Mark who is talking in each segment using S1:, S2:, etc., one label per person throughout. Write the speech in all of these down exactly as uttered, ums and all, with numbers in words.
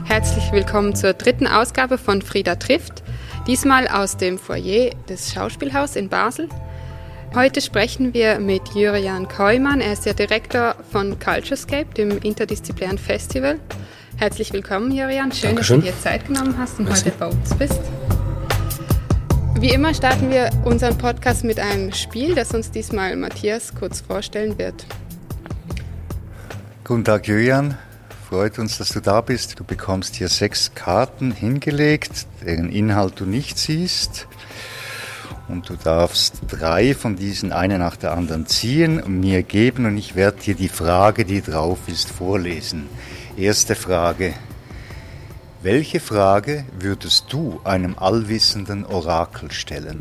S1: Herzlich willkommen zur dritten Ausgabe von Frieda trifft, diesmal aus dem Foyer des Schauspielhauses in Basel. Heute sprechen wir mit Jurian Kooijman, er ist der Direktor von Culturescape, dem interdisziplinären Festival. Herzlich willkommen, Jurian, schön, Dankeschön, dass du dir Zeit genommen hast und Merci. heute bei uns bist. Wie immer starten wir unseren Podcast mit einem Spiel, das uns diesmal Matthias kurz vorstellen wird.
S2: Guten Tag, Jurian. Freut uns, dass du da bist. Du bekommst hier sechs Karten hingelegt, deren Inhalt du nicht siehst. Und du darfst drei von diesen, eine nach der anderen, ziehen und mir geben. Und ich werde dir die Frage, die drauf ist, vorlesen. Erste Frage. Welche Frage würdest du einem allwissenden Orakel stellen?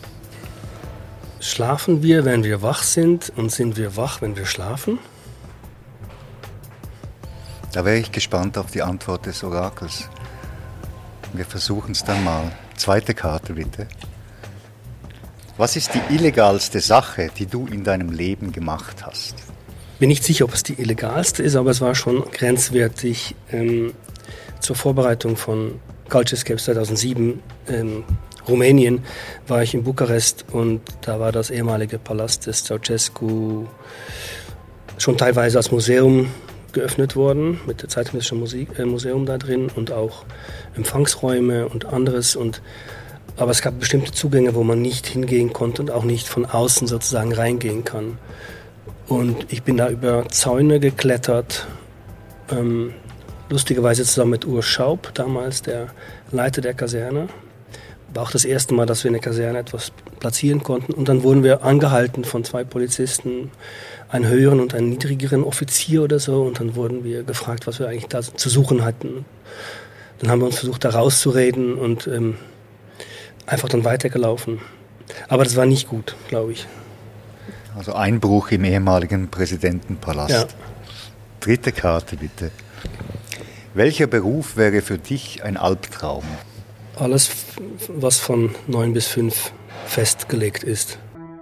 S3: Schlafen wir, wenn wir wach sind, und sind wir wach, wenn wir schlafen?
S2: Da wäre ich gespannt auf die Antwort des Orakels. Wir versuchen es dann mal. Zweite Karte bitte. Was ist die illegalste Sache, die du in deinem Leben gemacht hast?
S3: Bin nicht sicher, ob es die illegalste ist, aber es war schon grenzwertig. Ähm, zur Vorbereitung von Culturescape zweitausendsieben in Rumänien war ich in Bukarest und da war das ehemalige Palast des Ceausescu schon teilweise als Museum geöffnet worden, mit der Zeitgenössischen Musik, äh, Museum da drin und auch Empfangsräume und anderes. Und, aber es gab bestimmte Zugänge, wo man nicht hingehen konnte und auch nicht von außen sozusagen reingehen kann. Und ich bin da über Zäune geklettert, ähm, lustigerweise zusammen mit Urs Schaub, damals der Leiter der Kaserne. War auch das erste Mal, dass wir in der Kaserne etwas platzieren konnten. Und dann wurden wir angehalten von zwei Polizisten, einen höheren und einen niedrigeren Offizier oder so. Und dann wurden wir gefragt, was wir eigentlich da zu suchen hatten. Dann haben wir uns versucht, da rauszureden und ähm, einfach dann weitergelaufen. Aber das war nicht gut, glaube ich.
S2: Also Einbruch im ehemaligen Präsidentenpalast.
S3: Ja.
S2: Dritte Karte bitte. Welcher Beruf wäre für dich ein Albtraum?
S3: Alles, was von neun bis fünf festgelegt ist.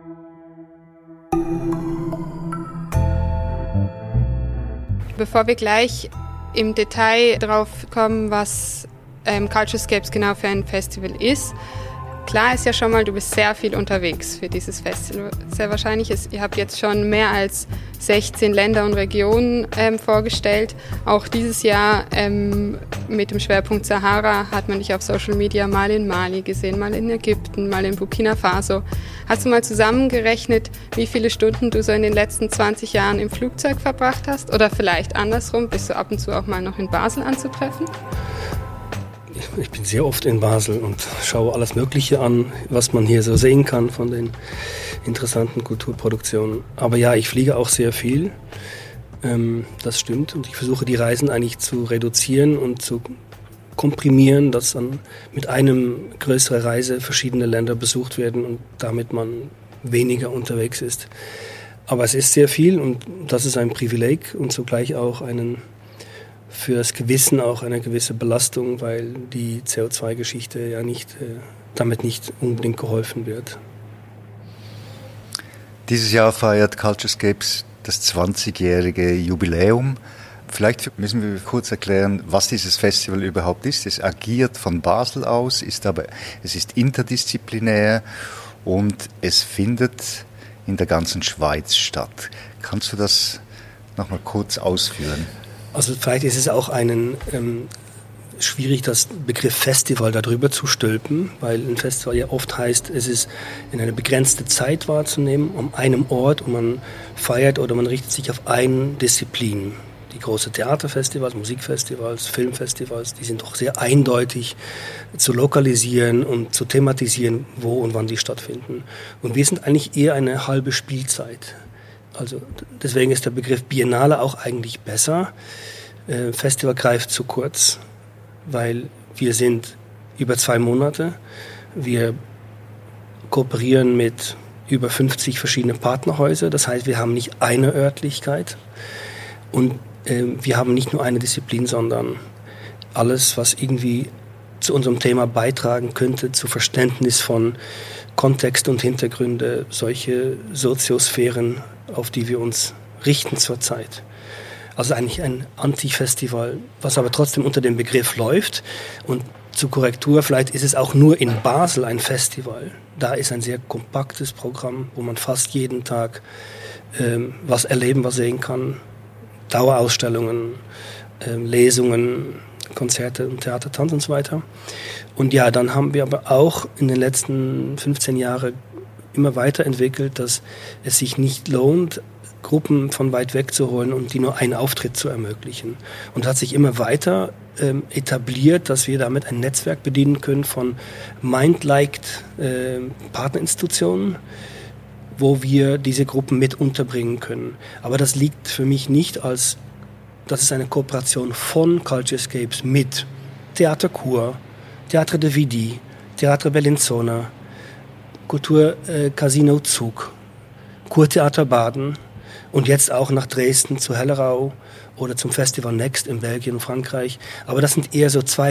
S1: Bevor wir gleich im Detail drauf kommen, was ähm, Culturescapes genau für ein Festival ist, klar ist ja schon mal, du bist sehr viel unterwegs für dieses Festival. Sehr wahrscheinlich ist, ihr habt jetzt schon mehr als sechzehn Länder und Regionen ähm, vorgestellt. Auch dieses Jahr ähm, mit dem Schwerpunkt Sahara hat man dich auf Social Media mal in Mali gesehen, mal in Ägypten, mal in Burkina Faso. Hast du mal zusammengerechnet, wie viele Stunden du so in den letzten zwanzig Jahren im Flugzeug verbracht hast? Oder vielleicht andersrum, bist du ab und zu auch mal noch in Basel anzutreffen?
S3: Ich bin sehr oft in Basel und schaue alles Mögliche an, was man hier so sehen kann von den interessanten Kulturproduktionen. Aber ja, ich fliege auch sehr viel, ähm, das stimmt. Und ich versuche die Reisen eigentlich zu reduzieren und zu komprimieren, dass dann mit einem größere Reise verschiedene Länder besucht werden und damit man weniger unterwegs ist. Aber es ist sehr viel und das ist ein Privileg und zugleich auch einen fürs Gewissen auch eine gewisse Belastung, weil die C O zwei Geschichte ja nicht, äh, damit nicht unbedingt geholfen wird.
S2: Dieses Jahr feiert Culturescapes das zwanzigjährige Jubiläum. Vielleicht müssen wir kurz erklären, was dieses Festival überhaupt ist. Es agiert von Basel aus, ist aber, es ist interdisziplinär und es findet in der ganzen Schweiz statt. Kannst du das nochmal kurz ausführen?
S3: Also vielleicht ist es auch einen, ähm, schwierig, das Begriff Festival darüber zu stülpen, weil ein Festival ja oft heißt, es ist in eine begrenzte Zeit wahrzunehmen, um einem Ort, und man feiert oder man richtet sich auf eine Disziplin. Die großen Theaterfestivals, Musikfestivals, Filmfestivals, die sind doch sehr eindeutig zu lokalisieren und zu thematisieren, wo und wann die stattfinden. Und wir sind eigentlich eher eine halbe Spielzeit. Also deswegen ist der Begriff Biennale auch eigentlich besser. Äh, Festival greift zu kurz, weil wir sind über zwei Monate. Wir kooperieren mit über fünfzig verschiedenen Partnerhäusern. Das heißt, wir haben nicht eine Örtlichkeit und äh, wir haben nicht nur eine Disziplin, sondern alles, was irgendwie zu unserem Thema beitragen könnte, zu Verständnis von Kontext und Hintergründe, solche Soziosphären, auf die wir uns richten zurzeit. Also eigentlich ein Anti-Festival, was aber trotzdem unter dem Begriff läuft. Und zur Korrektur, vielleicht ist es auch nur in Basel ein Festival. Da ist ein sehr kompaktes Programm, wo man fast jeden Tag ähm, was erleben, was sehen kann. Dauerausstellungen, ähm, Lesungen, Konzerte und Theater, Tanz und so weiter. Und ja, dann haben wir aber auch in den letzten fünfzehn Jahren immer weiterentwickelt, dass es sich nicht lohnt, Gruppen von weit weg zu holen und die nur einen Auftritt zu ermöglichen. Und hat sich immer weiter ähm, etabliert, dass wir damit ein Netzwerk bedienen können von mind-liked äh, Partnerinstitutionen, wo wir diese Gruppen mit unterbringen können. Aber das liegt für mich nicht als, das ist eine Kooperation von Culturescapes mit Theater Chur, Teatro de Vidi, Teatro Bellinzona, Kultur äh, Casino Zug, Kurtheater Baden und jetzt auch nach Dresden zu Hellerau oder zum Festival Next in Belgien und Frankreich. Aber das sind eher so zwei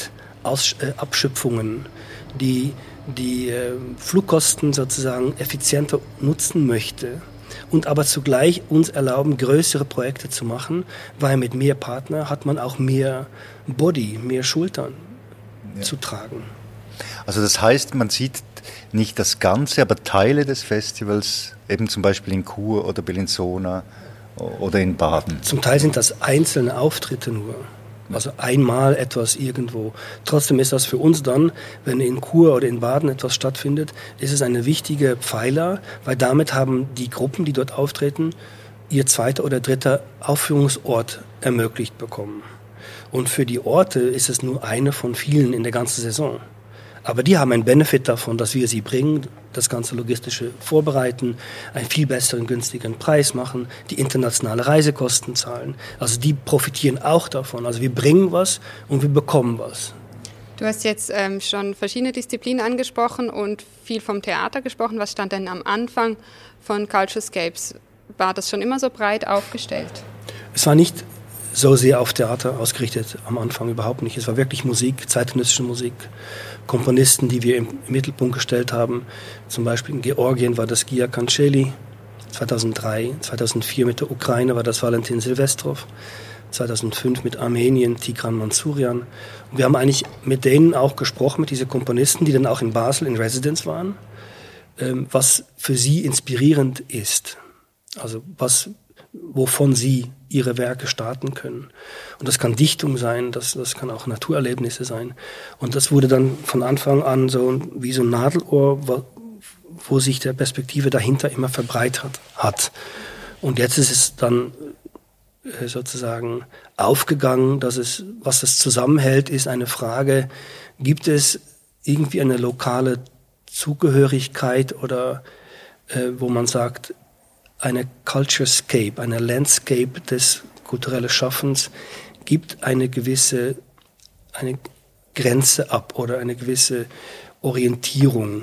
S3: Dritt-Abschöpfungen, die die äh, Flugkosten sozusagen effizienter nutzen möchte und aber zugleich uns erlauben, größere Projekte zu machen, weil mit mehr Partner hat man auch mehr Body, mehr Schultern ja. zu tragen.
S2: Also das heißt, man sieht nicht das Ganze, aber Teile des Festivals, eben zum Beispiel in Chur oder Bellinzona oder in Baden.
S3: Zum Teil sind das einzelne Auftritte nur, also einmal etwas irgendwo. Trotzdem ist das für uns dann, wenn in Chur oder in Baden etwas stattfindet, ist es eine wichtige Pfeiler, weil damit haben die Gruppen, die dort auftreten, ihr zweiter oder dritter Aufführungsort ermöglicht bekommen. Und für die Orte ist es nur eine von vielen in der ganzen Saison. Aber die haben einen Benefit davon, dass wir sie bringen, das ganze Logistische vorbereiten, einen viel besseren, günstigeren Preis machen, die internationale Reisekosten zahlen. Also die profitieren auch davon. Also wir bringen was und wir bekommen was.
S1: Du hast jetzt ähm, schon verschiedene Disziplinen angesprochen und viel vom Theater gesprochen. Was stand denn am Anfang von Culturescapes? War das schon immer so breit aufgestellt?
S3: Es war nicht so sehr auf Theater ausgerichtet, am Anfang überhaupt nicht. Es war wirklich Musik, zeitgenössische Musik, Komponisten, die wir im Mittelpunkt gestellt haben. Zum Beispiel in Georgien war das Gia Kancheli, zweitausenddrei, zweitausendvier mit der Ukraine war das Valentin Silvestrov, zweitausendfünf mit Armenien Tigran Mansourian. Und wir haben eigentlich mit denen auch gesprochen, mit diesen Komponisten, die dann auch in Basel in Residence waren, was für sie inspirierend ist. Also was, wovon sie ihre Werke starten können. Und das kann Dichtung sein, das, das kann auch Naturerlebnisse sein. Und das wurde dann von Anfang an so wie so ein Nadelohr, wo, wo sich der Perspektive dahinter immer verbreitert hat. Und jetzt ist es dann äh, sozusagen aufgegangen, dass es, was das zusammenhält, ist eine Frage, gibt es irgendwie eine lokale Zugehörigkeit oder äh, wo man sagt, eine Culturescape, eine Landscape des kulturellen Schaffens gibt eine gewisse eine Grenze ab oder eine gewisse Orientierung,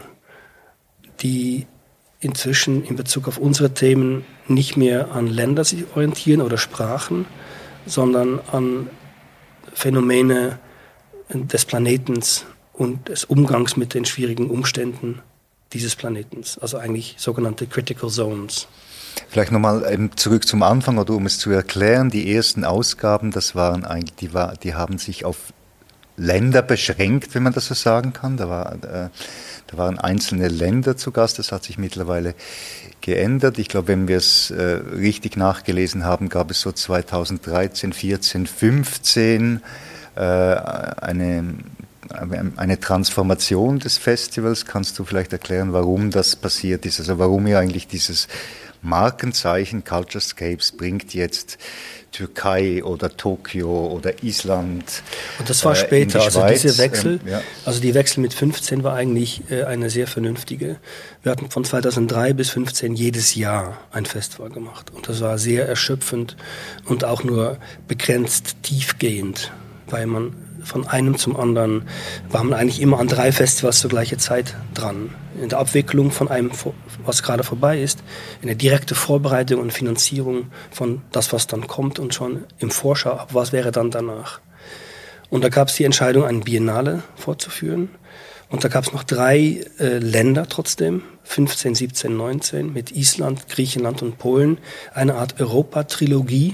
S3: die inzwischen in Bezug auf unsere Themen nicht mehr an Länder sich orientieren oder Sprachen, sondern an Phänomene des Planetens und des Umgangs mit den schwierigen Umständen dieses Planetens, also eigentlich sogenannte Critical Zones.
S2: Vielleicht nochmal zurück zum Anfang, oder um es zu erklären, die ersten Ausgaben, das waren eigentlich, die, war, die haben sich auf Länder beschränkt, wenn man das so sagen kann. Da, war, äh, da waren einzelne Länder zu Gast, das hat sich mittlerweile geändert. Ich glaube, wenn wir es äh, richtig nachgelesen haben, gab es so zweitausenddreizehn, vierzehn, fünfzehn äh, eine, eine Transformation des Festivals. Kannst du vielleicht erklären, warum das passiert ist? Also warum ihr eigentlich dieses Markenzeichen Culturescapes bringt jetzt Türkei oder Tokio oder Island.
S3: Und das war später,
S2: äh,
S3: also
S2: Schweiz.
S3: diese Wechsel,
S2: ähm, ja.
S3: also die Wechsel mit fünfzehn war eigentlich äh, eine sehr vernünftige. Wir hatten von zweitausenddrei bis fünfzehn jedes Jahr ein Festival gemacht und das war sehr erschöpfend und auch nur begrenzt tiefgehend, weil man von einem zum anderen war man eigentlich immer an drei Festivals zur gleichen Zeit dran. In der Abwicklung von einem, was gerade vorbei ist, in der direkten Vorbereitung und Finanzierung von das, was dann kommt und schon im Vorschau ab, was wäre dann danach. Und da gab es die Entscheidung, eine Biennale vorzuführen. Und da gab es noch drei äh, Länder trotzdem, fünfzehn, siebzehn, neunzehn, mit Island, Griechenland und Polen, eine Art Europa-Trilogie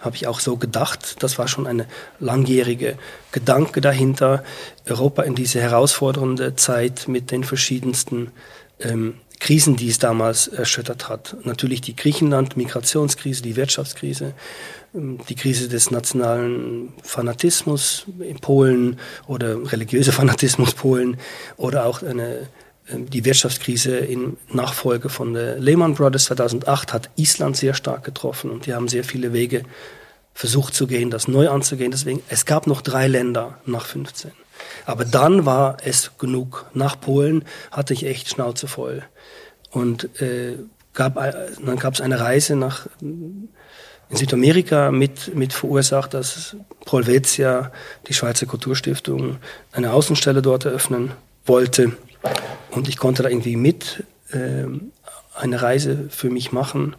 S3: habe ich auch so gedacht. Das war schon eine langjährige Gedanke dahinter, Europa in diese herausfordernde Zeit mit den verschiedensten ähm, Krisen, die es damals erschüttert hat. Natürlich die Griechenland-Migrationskrise, die Wirtschaftskrise, die Krise des nationalen Fanatismus in Polen oder religiöse Fanatismus Polen oder auch eine, die Wirtschaftskrise in Nachfolge von der Lehman Brothers zweitausendacht hat Island sehr stark getroffen und die haben sehr viele Wege versucht zu gehen, das neu anzugehen. Deswegen, es gab noch drei Länder nach fünfzehn. Aber dann war es genug. Nach Polen hatte ich echt Schnauze voll. Und äh, gab, dann gab es eine Reise nach in Südamerika mit, mit verursacht, dass Paul Helvetia, die Schweizer Kulturstiftung, eine Außenstelle dort eröffnen wollte. Und ich konnte da irgendwie mit äh, eine Reise für mich machen.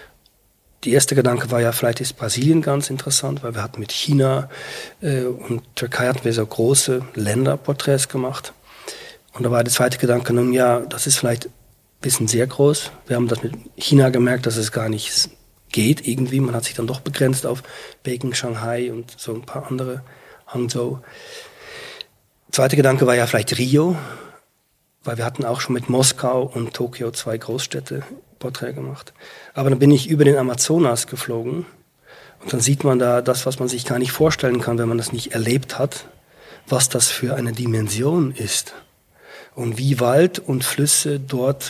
S3: Der erste Gedanke war ja, vielleicht ist Brasilien ganz interessant, weil wir hatten mit China äh, und Türkei hatten wir so große Länderporträts gemacht. Und da war der zweite Gedanke, nun ja, das ist vielleicht ein bisschen sehr groß. Wir haben das mit China gemerkt, dass es gar nicht geht irgendwie. Man hat sich dann doch begrenzt auf Peking, Shanghai und so ein paar andere, Hangzhou. Der zweite Gedanke war ja vielleicht Rio, weil wir hatten auch schon mit Moskau und Tokio zwei Großstädte Porträt gemacht. Aber dann bin ich über den Amazonas geflogen und dann sieht man da das, was man sich gar nicht vorstellen kann, wenn man das nicht erlebt hat, was das für eine Dimension ist und wie Wald und Flüsse dort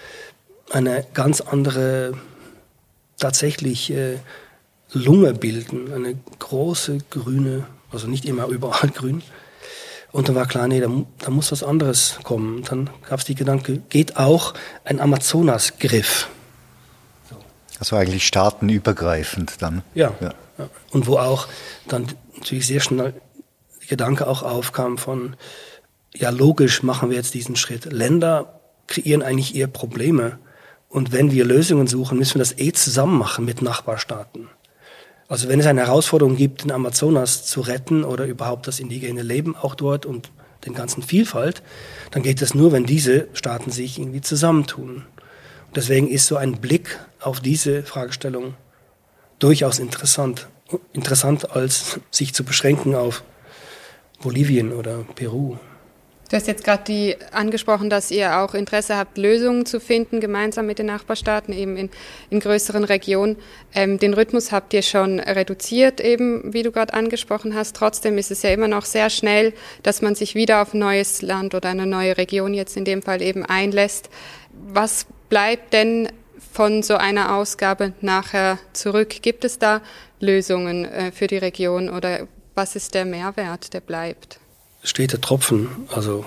S3: eine ganz andere tatsächlich äh, Lunge bilden, eine große grüne, also nicht immer überall grün. Und dann war klar, nee, da, da muss was anderes kommen. Dann gab es die Gedanke, geht auch ein Amazonas-Griff.
S2: So. Also eigentlich staatenübergreifend dann.
S3: Ja, ja. ja. Und wo auch dann natürlich sehr schnell der Gedanke auch aufkam von, ja logisch machen wir jetzt diesen Schritt. Länder kreieren eigentlich eher Probleme. Und wenn wir Lösungen suchen, müssen wir das eh zusammen machen mit Nachbarstaaten. Also wenn es eine Herausforderung gibt, den Amazonas zu retten oder überhaupt das indigene Leben auch dort und den ganzen Vielfalt, dann geht das nur, wenn diese Staaten sich irgendwie zusammentun. Und deswegen ist so ein Blick auf diese Fragestellung durchaus interessant. Interessant, als sich zu beschränken auf Bolivien oder Peru.
S1: Du hast jetzt gerade die angesprochen, dass ihr auch Interesse habt, Lösungen zu finden, gemeinsam mit den Nachbarstaaten, eben in, in größeren Regionen. Ähm, den Rhythmus habt ihr schon reduziert, eben wie du gerade angesprochen hast. Trotzdem ist es ja immer noch sehr schnell, dass man sich wieder auf ein neues Land oder eine neue Region jetzt in dem Fall eben einlässt. Was bleibt denn von so einer Ausgabe nachher zurück? Gibt es da Lösungen äh, für die Region oder was ist der Mehrwert, der bleibt?
S3: Steht der Tropfen, also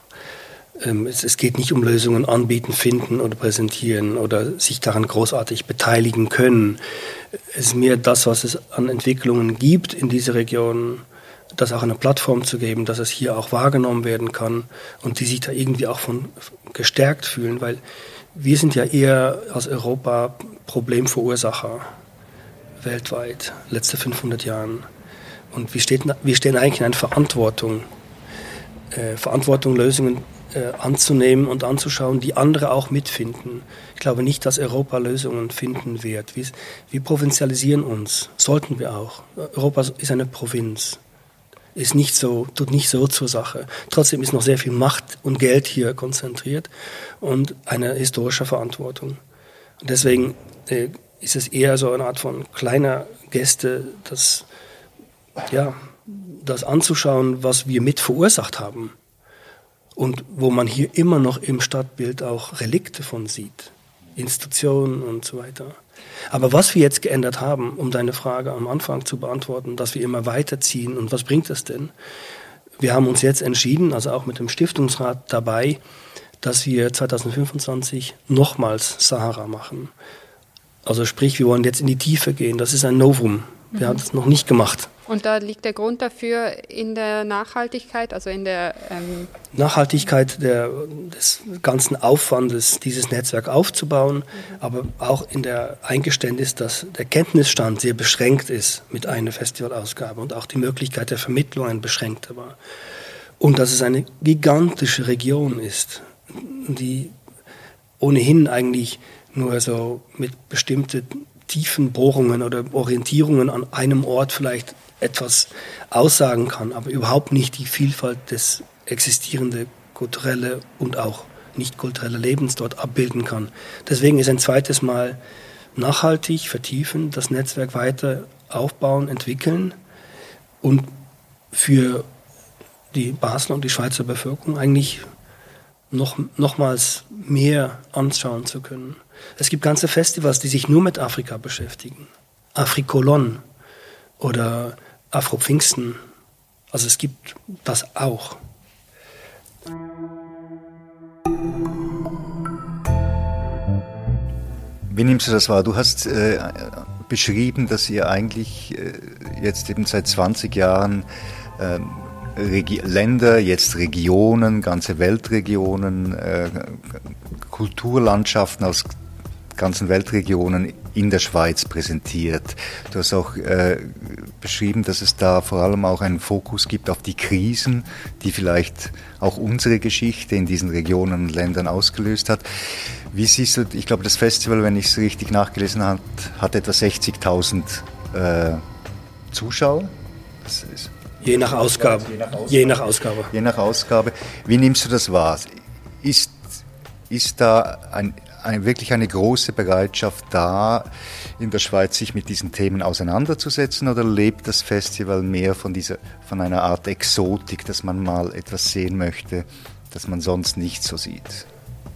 S3: ähm, es, es geht nicht um Lösungen anbieten, finden oder präsentieren oder sich daran großartig beteiligen können. Es ist mehr das, was es an Entwicklungen gibt in dieser Region, das auch eine Plattform zu geben, dass es hier auch wahrgenommen werden kann und die sich da irgendwie auch von gestärkt fühlen, weil wir sind ja eher als Europa Problemverursacher weltweit, letzte fünfhundert Jahren. Und wir, steht, wir stehen eigentlich in einer Verantwortung, Äh, Verantwortung, Lösungen äh, anzunehmen und anzuschauen, die andere auch mitfinden. Ich glaube nicht, dass Europa Lösungen finden wird. Wir, wir provinzialisieren uns, sollten wir auch. Europa ist eine Provinz, ist nicht so, tut nicht so zur Sache. Trotzdem ist noch sehr viel Macht und Geld hier konzentriert und eine historische Verantwortung. Und deswegen äh, ist es eher so eine Art von kleiner Geste, das ja, das anzuschauen, was wir mit verursacht haben und wo man hier immer noch im Stadtbild auch Relikte von sieht, Institutionen und so weiter. Aber was wir jetzt geändert haben, um deine Frage am Anfang zu beantworten, dass wir immer weiterziehen und was bringt das denn? Wir haben uns jetzt entschieden, also auch mit dem Stiftungsrat dabei, dass wir zweitausendfünfundzwanzig nochmals Sahara machen. Also sprich, wir wollen jetzt in die Tiefe gehen. Das ist ein Novum. Wir mhm. haben das noch nicht gemacht.
S1: Und da liegt der Grund dafür in der Nachhaltigkeit, also in der ähm
S3: Nachhaltigkeit der, des ganzen Aufwandes, dieses Netzwerk aufzubauen, mhm. aber auch in der Eingeständnis, dass der Kenntnisstand sehr beschränkt ist mit einer Festivalausgabe und auch die Möglichkeit der Vermittlung ein beschränkter war. Und dass es eine gigantische Region ist, die ohnehin eigentlich nur so mit bestimmten tiefen Bohrungen oder Orientierungen an einem Ort vielleicht etwas aussagen kann, aber überhaupt nicht die Vielfalt des existierenden kulturellen und auch nicht kulturellen Lebens dort abbilden kann. Deswegen ist ein zweites Mal nachhaltig vertiefen, das Netzwerk weiter aufbauen, entwickeln und für die Basler und die Schweizer Bevölkerung eigentlich noch, nochmals mehr anschauen zu können. Es gibt ganze Festivals, die sich nur mit Afrika beschäftigen. Afrikolon oder Afro-Pfingsten. Also es gibt das auch.
S2: Wie nimmst du das wahr? Du hast äh, beschrieben, dass ihr eigentlich äh, jetzt eben seit zwanzig Jahren äh, Regi- Länder, jetzt Regionen, ganze Weltregionen, äh, Kulturlandschaften aus ganzen Weltregionen in der Schweiz präsentiert. Du hast auch äh, beschrieben, dass es da vor allem auch einen Fokus gibt auf die Krisen, die vielleicht auch unsere Geschichte in diesen Regionen und Ländern ausgelöst hat. Wie siehst du, ich glaube, das Festival, wenn ich es richtig nachgelesen habe, hat etwa sechzigtausend äh, Zuschauer. Das ist
S3: je nach Ausgabe. Je nach Ausgabe. Je nach Ausgabe.
S2: Je nach Ausgabe. Wie nimmst du das wahr? Ist, ist da ein Eine, wirklich eine große Bereitschaft da, in der Schweiz sich mit diesen Themen auseinanderzusetzen, oder lebt das Festival mehr von dieser, von einer Art Exotik, dass man mal etwas sehen möchte, das man sonst nicht so sieht?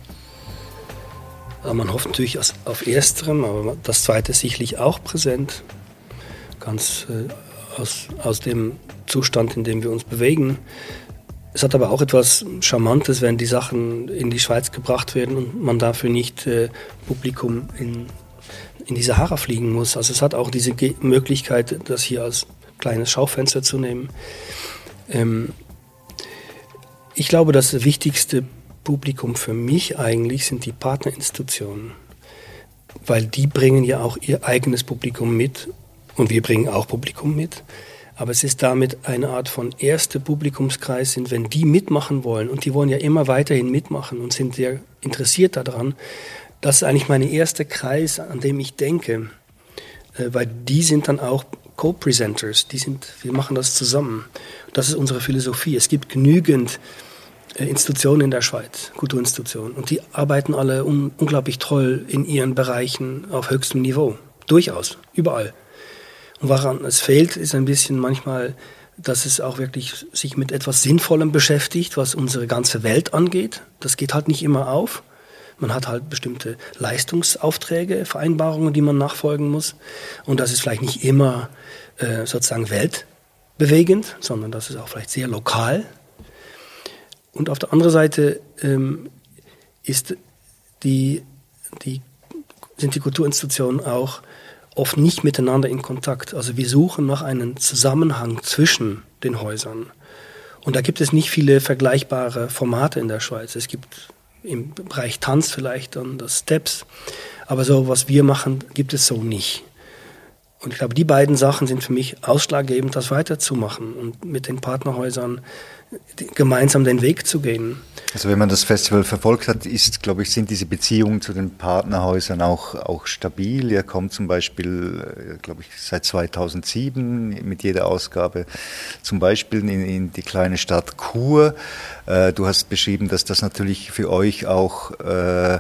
S3: Ja, man hofft natürlich auf Ersterem, aber das Zweite ist sicherlich auch präsent, ganz äh, aus, aus dem Zustand, in dem wir uns bewegen. Es hat aber auch etwas Charmantes, wenn die Sachen in die Schweiz gebracht werden und man dafür nicht äh, Publikum in, in die Sahara fliegen muss. Also es hat auch diese Ge- Möglichkeit, das hier als kleines Schaufenster zu nehmen. Ähm, ich glaube, das wichtigste Publikum für mich eigentlich sind die Partnerinstitutionen, weil die bringen ja auch ihr eigenes Publikum mit und wir bringen auch Publikum mit. Aber es ist damit eine Art von erster Publikumskreis, sind, wenn die mitmachen wollen, und die wollen ja immer weiterhin mitmachen und sind sehr interessiert daran, das ist eigentlich mein erster Kreis, an dem ich denke, äh, weil die sind dann auch Co-Presenters, die sind, wir machen das zusammen. Das ist unsere Philosophie. Es gibt genügend äh, Institutionen in der Schweiz, Kulturinstitutionen, und die arbeiten alle un- unglaublich toll in ihren Bereichen auf höchstem Niveau, durchaus, überall. Und woran es fehlt, ist ein bisschen manchmal, dass es auch wirklich sich mit etwas Sinnvollem beschäftigt, was unsere ganze Welt angeht. Das geht halt nicht immer auf. Man hat halt bestimmte Leistungsaufträge, Vereinbarungen, die man nachfolgen muss. Und das ist vielleicht nicht immer äh, sozusagen weltbewegend, sondern das ist auch vielleicht sehr lokal. Und auf der anderen Seite ähm, ist die, die, sind die Kulturinstitutionen auch oft nicht miteinander in Kontakt. Also wir suchen nach einem Zusammenhang zwischen den Häusern. Und da gibt es nicht viele vergleichbare Formate in der Schweiz. Es gibt im Bereich Tanz vielleicht dann das Steps, aber so, was wir machen, gibt es so nicht. Und ich glaube, die beiden Sachen sind für mich ausschlaggebend, das weiterzumachen und mit den Partnerhäusern gemeinsam den Weg zu gehen.
S2: Also wenn man das Festival verfolgt hat, ist, glaube ich, sind diese Beziehungen zu den Partnerhäusern auch, auch stabil. Ihr kommt zum Beispiel, glaube ich, seit zweitausendsieben mit jeder Ausgabe zum Beispiel in, in die kleine Stadt Chur. Äh, du hast beschrieben, dass das natürlich für euch auch äh,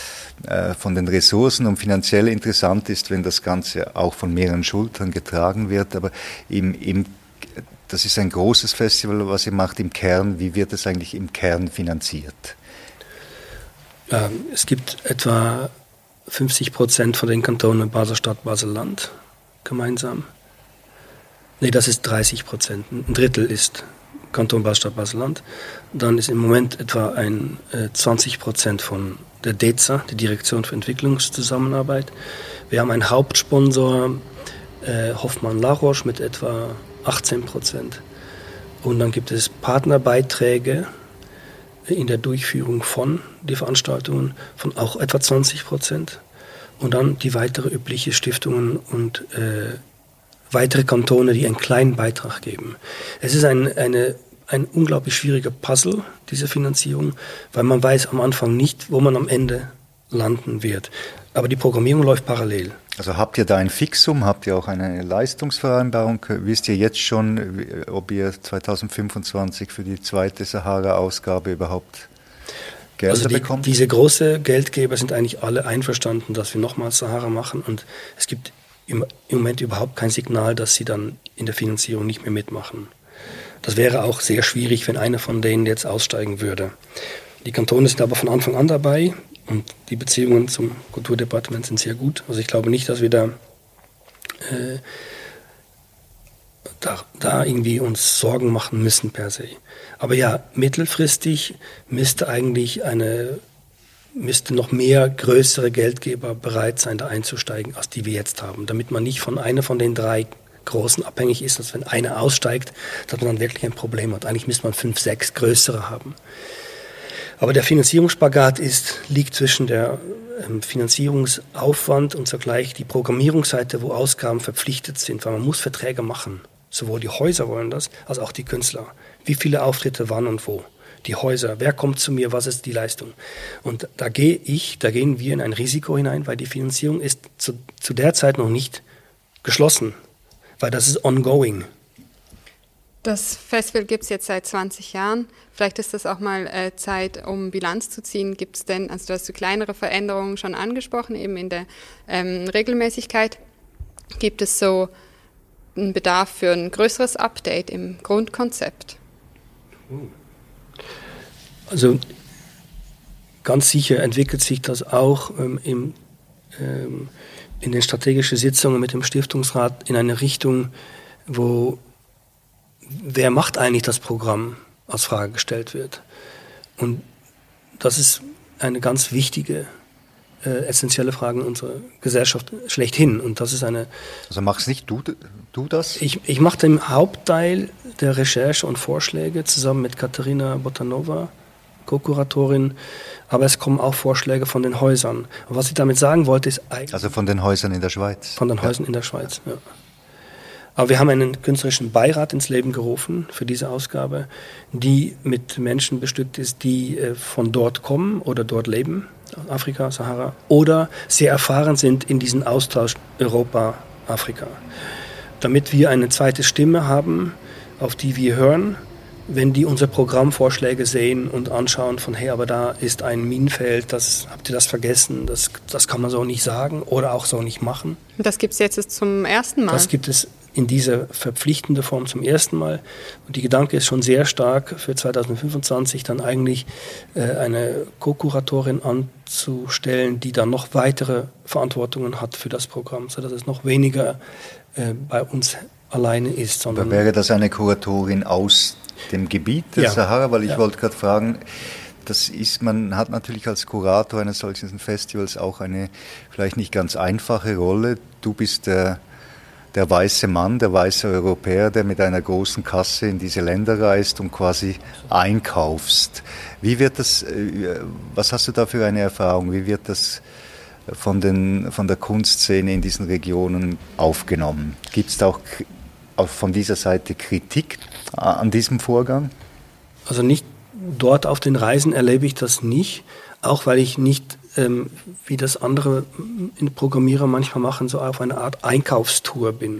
S2: von den Ressourcen und finanziell interessant ist, wenn das Ganze auch von mehreren Schultern getragen wird. Aber im, im, das ist ein großes Festival, was ihr macht im Kern. Wie wird es eigentlich im Kern finanziert?
S3: Ja, es gibt etwa fünfzig Prozent von den Kantonen Basel-Stadt, Basel-Land gemeinsam. Nee, das ist dreißig Prozent. Ein Drittel ist Kanton Basel-Stadt, Basel-Land. Dann ist im Moment etwa ein äh, zwanzig Prozent von der D E Z A, die Direktion für Entwicklungszusammenarbeit. Wir haben einen Hauptsponsor, äh, Hoffmann Laroche, mit etwa achtzehn Prozent. Und dann gibt es Partnerbeiträge in der Durchführung von die Veranstaltungen von auch etwa zwanzig Prozent. Und dann die weitere übliche Stiftungen und äh, weitere Kantone, die einen kleinen Beitrag geben. Es ist ein, eine, ein unglaublich schwieriger Puzzle, diese Finanzierung, weil man weiß am Anfang nicht, wo man am Ende landen wird. Aber die Programmierung läuft parallel.
S2: Also habt ihr da ein Fixum, habt ihr auch eine Leistungsvereinbarung? Wisst ihr jetzt schon, ob ihr zwanzig fünfundzwanzig für die zweite Sahara-Ausgabe überhaupt Gelder
S3: also die,
S2: bekommt?
S3: Diese großen Geldgeber sind eigentlich alle einverstanden, dass wir nochmals Sahara machen, und es gibt im, im Moment überhaupt kein Signal, dass sie dann in der Finanzierung nicht mehr mitmachen. Das wäre auch sehr schwierig, wenn einer von denen jetzt aussteigen würde. Die Kantone sind aber von Anfang an dabei. Und die Beziehungen zum Kulturdepartement sind sehr gut. Also ich glaube nicht, dass wir da, äh, da, da irgendwie uns Sorgen machen müssen per se. Aber ja, mittelfristig müsste eigentlich eine, müsste noch mehr größere Geldgeber bereit sein, da einzusteigen, als die wir jetzt haben. Damit man nicht von einer von den drei Großen abhängig ist, dass wenn einer aussteigt, dass man dann wirklich ein Problem hat. Eigentlich müsste man fünf, sechs größere haben. Aber der Finanzierungsspagat ist, liegt zwischen der ähm, Finanzierungsaufwand und zugleich die Programmierungsseite, wo Ausgaben verpflichtet sind, weil man muss Verträge machen. Sowohl die Häuser wollen das, als auch die Künstler. Wie viele Auftritte, wann und wo? Die Häuser, wer kommt zu mir, was ist die Leistung? Und da gehe ich, da gehen wir in ein Risiko hinein, weil die Finanzierung ist zu, zu der Zeit noch nicht geschlossen, weil das ist ongoing.
S1: Das Festival gibt es jetzt seit zwanzig Jahren. Vielleicht ist das auch mal äh, Zeit, um Bilanz zu ziehen. Gibt es denn, also du hast so kleinere Veränderungen schon angesprochen, eben in der ähm, Regelmäßigkeit. Gibt es so einen Bedarf für ein größeres Update im Grundkonzept?
S3: Also ganz sicher entwickelt sich das auch ähm, im, ähm, in den strategischen Sitzungen mit dem Stiftungsrat in eine Richtung, wo wer macht eigentlich das Programm, als Frage gestellt wird. Und das ist eine ganz wichtige, äh, essentielle Frage in unserer Gesellschaft schlechthin. Und das ist eine.
S2: Also machst nicht du, du das?
S3: Ich, ich mache den Hauptteil der Recherche und Vorschläge zusammen mit Katharina Botanova, Co-Kuratorin. Aber es kommen auch Vorschläge von den Häusern. Und was ich damit sagen wollte, ist eigentlich.
S2: Also von den Häusern in der Schweiz.
S3: Von den Häusern ja. in der Schweiz, ja. Aber wir haben einen künstlerischen Beirat ins Leben gerufen für diese Ausgabe, die mit Menschen bestückt ist, die von dort kommen oder dort leben, Afrika, Sahara, oder sehr erfahren sind in diesem Austausch Europa-Afrika. Damit wir eine zweite Stimme haben, auf die wir hören, wenn die unsere Programmvorschläge sehen und anschauen von, hey, aber da ist ein Minenfeld, das, habt ihr das vergessen, das, das kann man so nicht sagen oder auch so nicht machen.
S1: Das gibt es jetzt zum ersten Mal?
S3: Das gibt es in dieser verpflichtenden Form zum ersten Mal. Und die Gedanke ist schon sehr stark für zwanzig fünfundzwanzig dann eigentlich äh, eine Co-Kuratorin anzustellen, die dann noch weitere Verantwortungen hat für das Programm, sodass es noch weniger äh, bei uns alleine ist. Sondern
S2: Aber wäre das eine Kuratorin aus dem Gebiet der ja. Sahara? Weil ich ja. wollte gerade fragen, das ist, man hat natürlich als Kurator eines solchen Festivals auch eine vielleicht nicht ganz einfache Rolle. Du bist der der weiße Mann, der weiße Europäer, der mit einer großen Kasse in diese Länder reist und quasi einkaufst. Wie wird das, was hast du da für eine Erfahrung? Wie wird das von, den, von der Kunstszene in diesen Regionen aufgenommen? Gibt es da auch, auch von dieser Seite Kritik an diesem Vorgang?
S3: Also nicht dort auf den Reisen erlebe ich das nicht, auch weil ich nicht Ähm, wie das andere Programmierer manchmal machen, so auf eine Art Einkaufstour bin.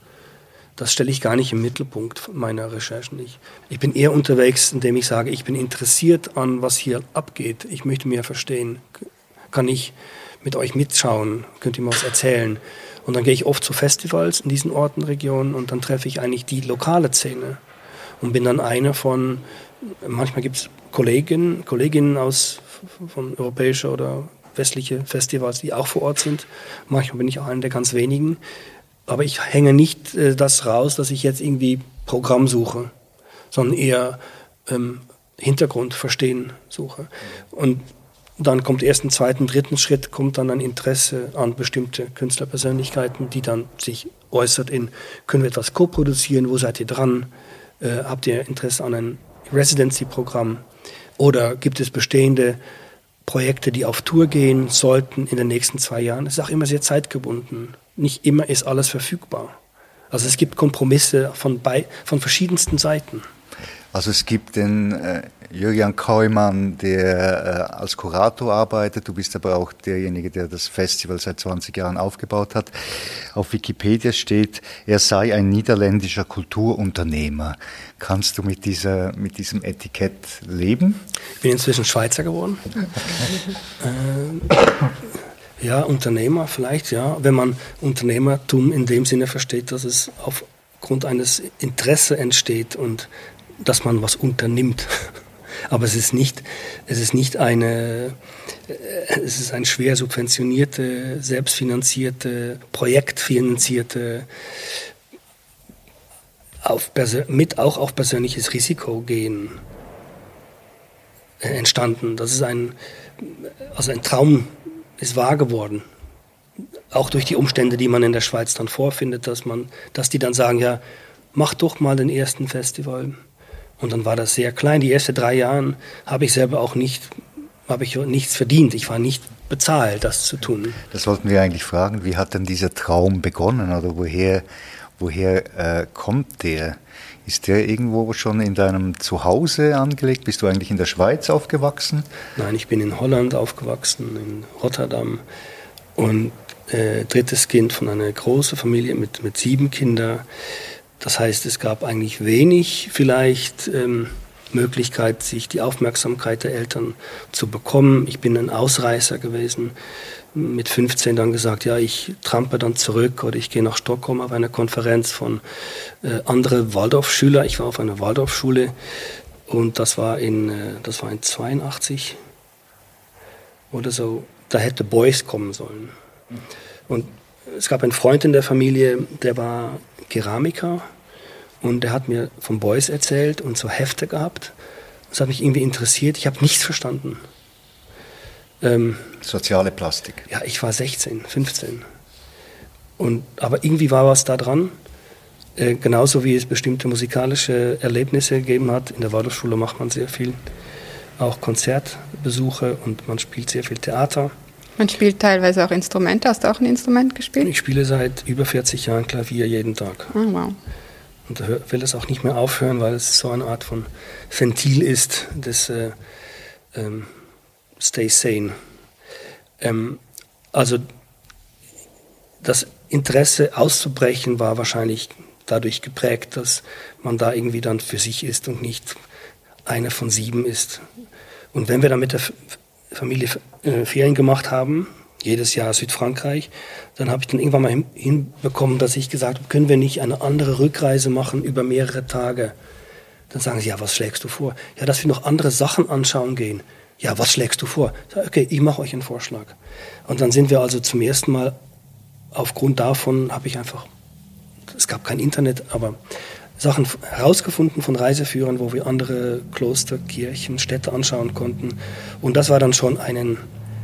S3: Das stelle ich gar nicht im Mittelpunkt meiner Recherchen. Ich, ich bin eher unterwegs, indem ich sage, ich bin interessiert an, was hier abgeht. Ich möchte mehr verstehen. Kann ich mit euch mitschauen? Könnt ihr mir was erzählen? Und dann gehe ich oft zu Festivals in diesen Orten, Regionen und dann treffe ich eigentlich die lokale Szene und bin dann einer von, manchmal gibt es Kolleginnen, Kolleginnen aus von europäischen oder westlichen Festivals, die auch vor Ort sind. Manchmal bin ich auch einer der ganz wenigen. Aber ich hänge nicht äh, das raus, dass ich jetzt irgendwie Programm suche, sondern eher ähm, Hintergrund verstehen suche. Und dann kommt erst im zweiten, dritten Schritt kommt dann ein Interesse an bestimmte Künstlerpersönlichkeiten, die dann sich äußert in, können wir etwas co-produzieren, wo seid ihr dran, äh, habt ihr Interesse an einem Residency-Programm? Oder gibt es bestehende Projekte, die auf Tour gehen sollten in den nächsten zwei Jahren? Es ist auch immer sehr zeitgebunden. Nicht immer ist alles verfügbar. Also es gibt Kompromisse von, bei, von verschiedensten Seiten.
S2: Also es gibt den äh, Jürgen Kaumann, der äh, als Kurator arbeitet. Du bist aber auch derjenige, der das Festival seit zwanzig Jahren aufgebaut hat. Auf Wikipedia steht, er sei ein niederländischer Kulturunternehmer. Kannst du mit dieser, mit diesem Etikett leben?
S3: Ich bin inzwischen Schweizer geworden. ähm, ja, Unternehmer vielleicht, ja. Wenn man Unternehmertum in dem Sinne versteht, dass es aufgrund eines Interesse entsteht und dass man was unternimmt. Aber es ist nicht, es ist nicht eine, es ist ein schwer subventionierte, selbstfinanzierte, projektfinanzierte, auf, mit auch auf persönliches Risiko gehen entstanden. Das ist ein, also ein Traum ist wahr geworden. Auch durch die Umstände, die man in der Schweiz dann vorfindet, dass man, dass die dann sagen, ja, mach doch mal den ersten Festival. Und dann war das sehr klein. Die ersten drei Jahre habe ich selber auch nicht, habe ich nichts verdient. Ich war nicht bezahlt, das zu tun.
S2: Das wollten wir eigentlich fragen. Wie hat denn dieser Traum begonnen oder woher, woher äh, kommt der? Ist der irgendwo schon in deinem Zuhause angelegt? Bist du eigentlich in der Schweiz aufgewachsen?
S3: Nein, ich bin in Holland aufgewachsen, in Rotterdam. Und äh, drittes Kind von einer großen Familie mit, mit sieben Kindern. Das heißt, es gab eigentlich wenig vielleicht ähm, Möglichkeit, sich die Aufmerksamkeit der Eltern zu bekommen. Ich bin ein Ausreißer gewesen. Mit fünfzehn dann gesagt, ja, ich trampe dann zurück oder ich gehe nach Stockholm auf eine Konferenz von äh, anderen Waldorfschülern. Ich war auf einer Waldorfschule und das war in, äh, das war in zweiundachtzig oder so. Da hätte Beuys kommen sollen. Und es gab einen Freund in der Familie, der war Keramiker und der hat mir von Beuys erzählt und so Hefte gehabt. Das hat mich irgendwie interessiert. Ich habe nichts verstanden. Ähm,
S2: Soziale Plastik.
S3: Ja, ich war sechzehn, fünfzehn. Und, aber irgendwie war was da dran. Äh, genauso wie es bestimmte musikalische Erlebnisse gegeben hat. In der Waldorfschule macht man sehr viel. Auch Konzertbesuche und man spielt sehr viel Theater.
S1: Man spielt teilweise auch Instrumente. Hast du auch ein Instrument gespielt?
S3: Ich spiele seit über vierzig Jahren Klavier jeden Tag.
S1: Oh, wow.
S3: Und da will es auch nicht mehr aufhören, weil es so eine Art von Ventil ist, des äh, ähm, Stay Sane. Ähm, also das Interesse auszubrechen war wahrscheinlich dadurch geprägt, dass man da irgendwie dann für sich ist und nicht einer von sieben ist. Und wenn wir dann mit der Familie äh, Ferien gemacht haben, jedes Jahr Südfrankreich, dann habe ich dann irgendwann mal hin, hinbekommen, dass ich gesagt habe, können wir nicht eine andere Rückreise machen über mehrere Tage? Dann sagen sie, ja, was schlägst du vor? Ja, dass wir noch andere Sachen anschauen gehen. Ja, was schlägst du vor? Ich sage, okay, ich mache euch einen Vorschlag. Und dann sind wir also zum ersten Mal, aufgrund davon habe ich einfach, es gab kein Internet, aber Sachen herausgefunden von Reiseführern, wo wir andere Kloster, Kirchen, Städte anschauen konnten. Und das war dann schon einen,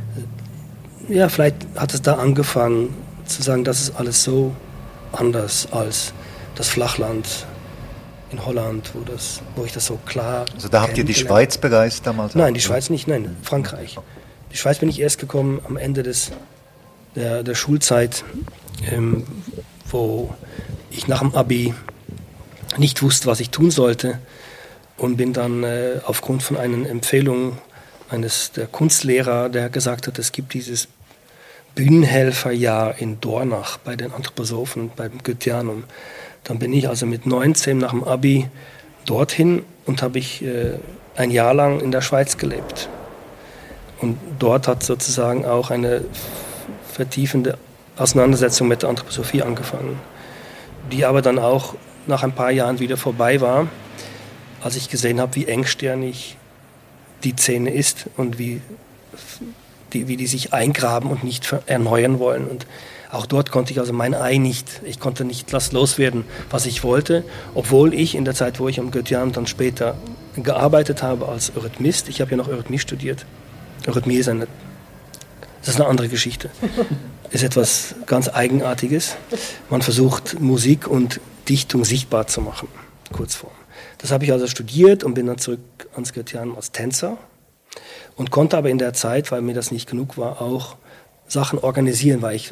S3: ja, vielleicht hat es da angefangen zu sagen, das ist alles so anders als das Flachland in Holland, wo, das, wo ich das so klar...
S2: Also da habt ihr die Schweiz bereist damals?
S3: Nein, die Schweiz nicht, nein, Frankreich. Die Schweiz bin ich erst gekommen am Ende des, der, der Schulzeit, ähm, wo ich nach dem Abi nicht wusste, was ich tun sollte und bin dann äh, aufgrund von einer Empfehlung eines der Kunstlehrer, der gesagt hat, es gibt dieses Bühnenhelferjahr in Dornach bei den Anthroposophen, beim Goetheanum. Dann bin ich also mit neunzehn nach dem Abi dorthin und habe ich äh, ein Jahr lang in der Schweiz gelebt. Und dort hat sozusagen auch eine vertiefende Auseinandersetzung mit der Anthroposophie angefangen, die aber dann auch nach ein paar Jahren wieder vorbei war, als ich gesehen habe, wie engstirnig die Szene ist und wie die, wie die sich eingraben und nicht erneuern wollen. Und auch dort konnte ich also mein Ei nicht, ich konnte nicht das loswerden, was ich wollte, obwohl ich in der Zeit, wo ich am Goetheanum dann später gearbeitet habe als Eurythmist, ich habe ja noch Eurythmie studiert. Eurythmie ist eine, das ist eine andere Geschichte, ist etwas ganz Eigenartiges. Man versucht Musik und Dichtung sichtbar zu machen, Kurzform. Das habe ich also studiert und bin dann zurück ans Goetheanum als Tänzer und konnte aber in der Zeit, weil mir das nicht genug war, auch Sachen organisieren, weil ich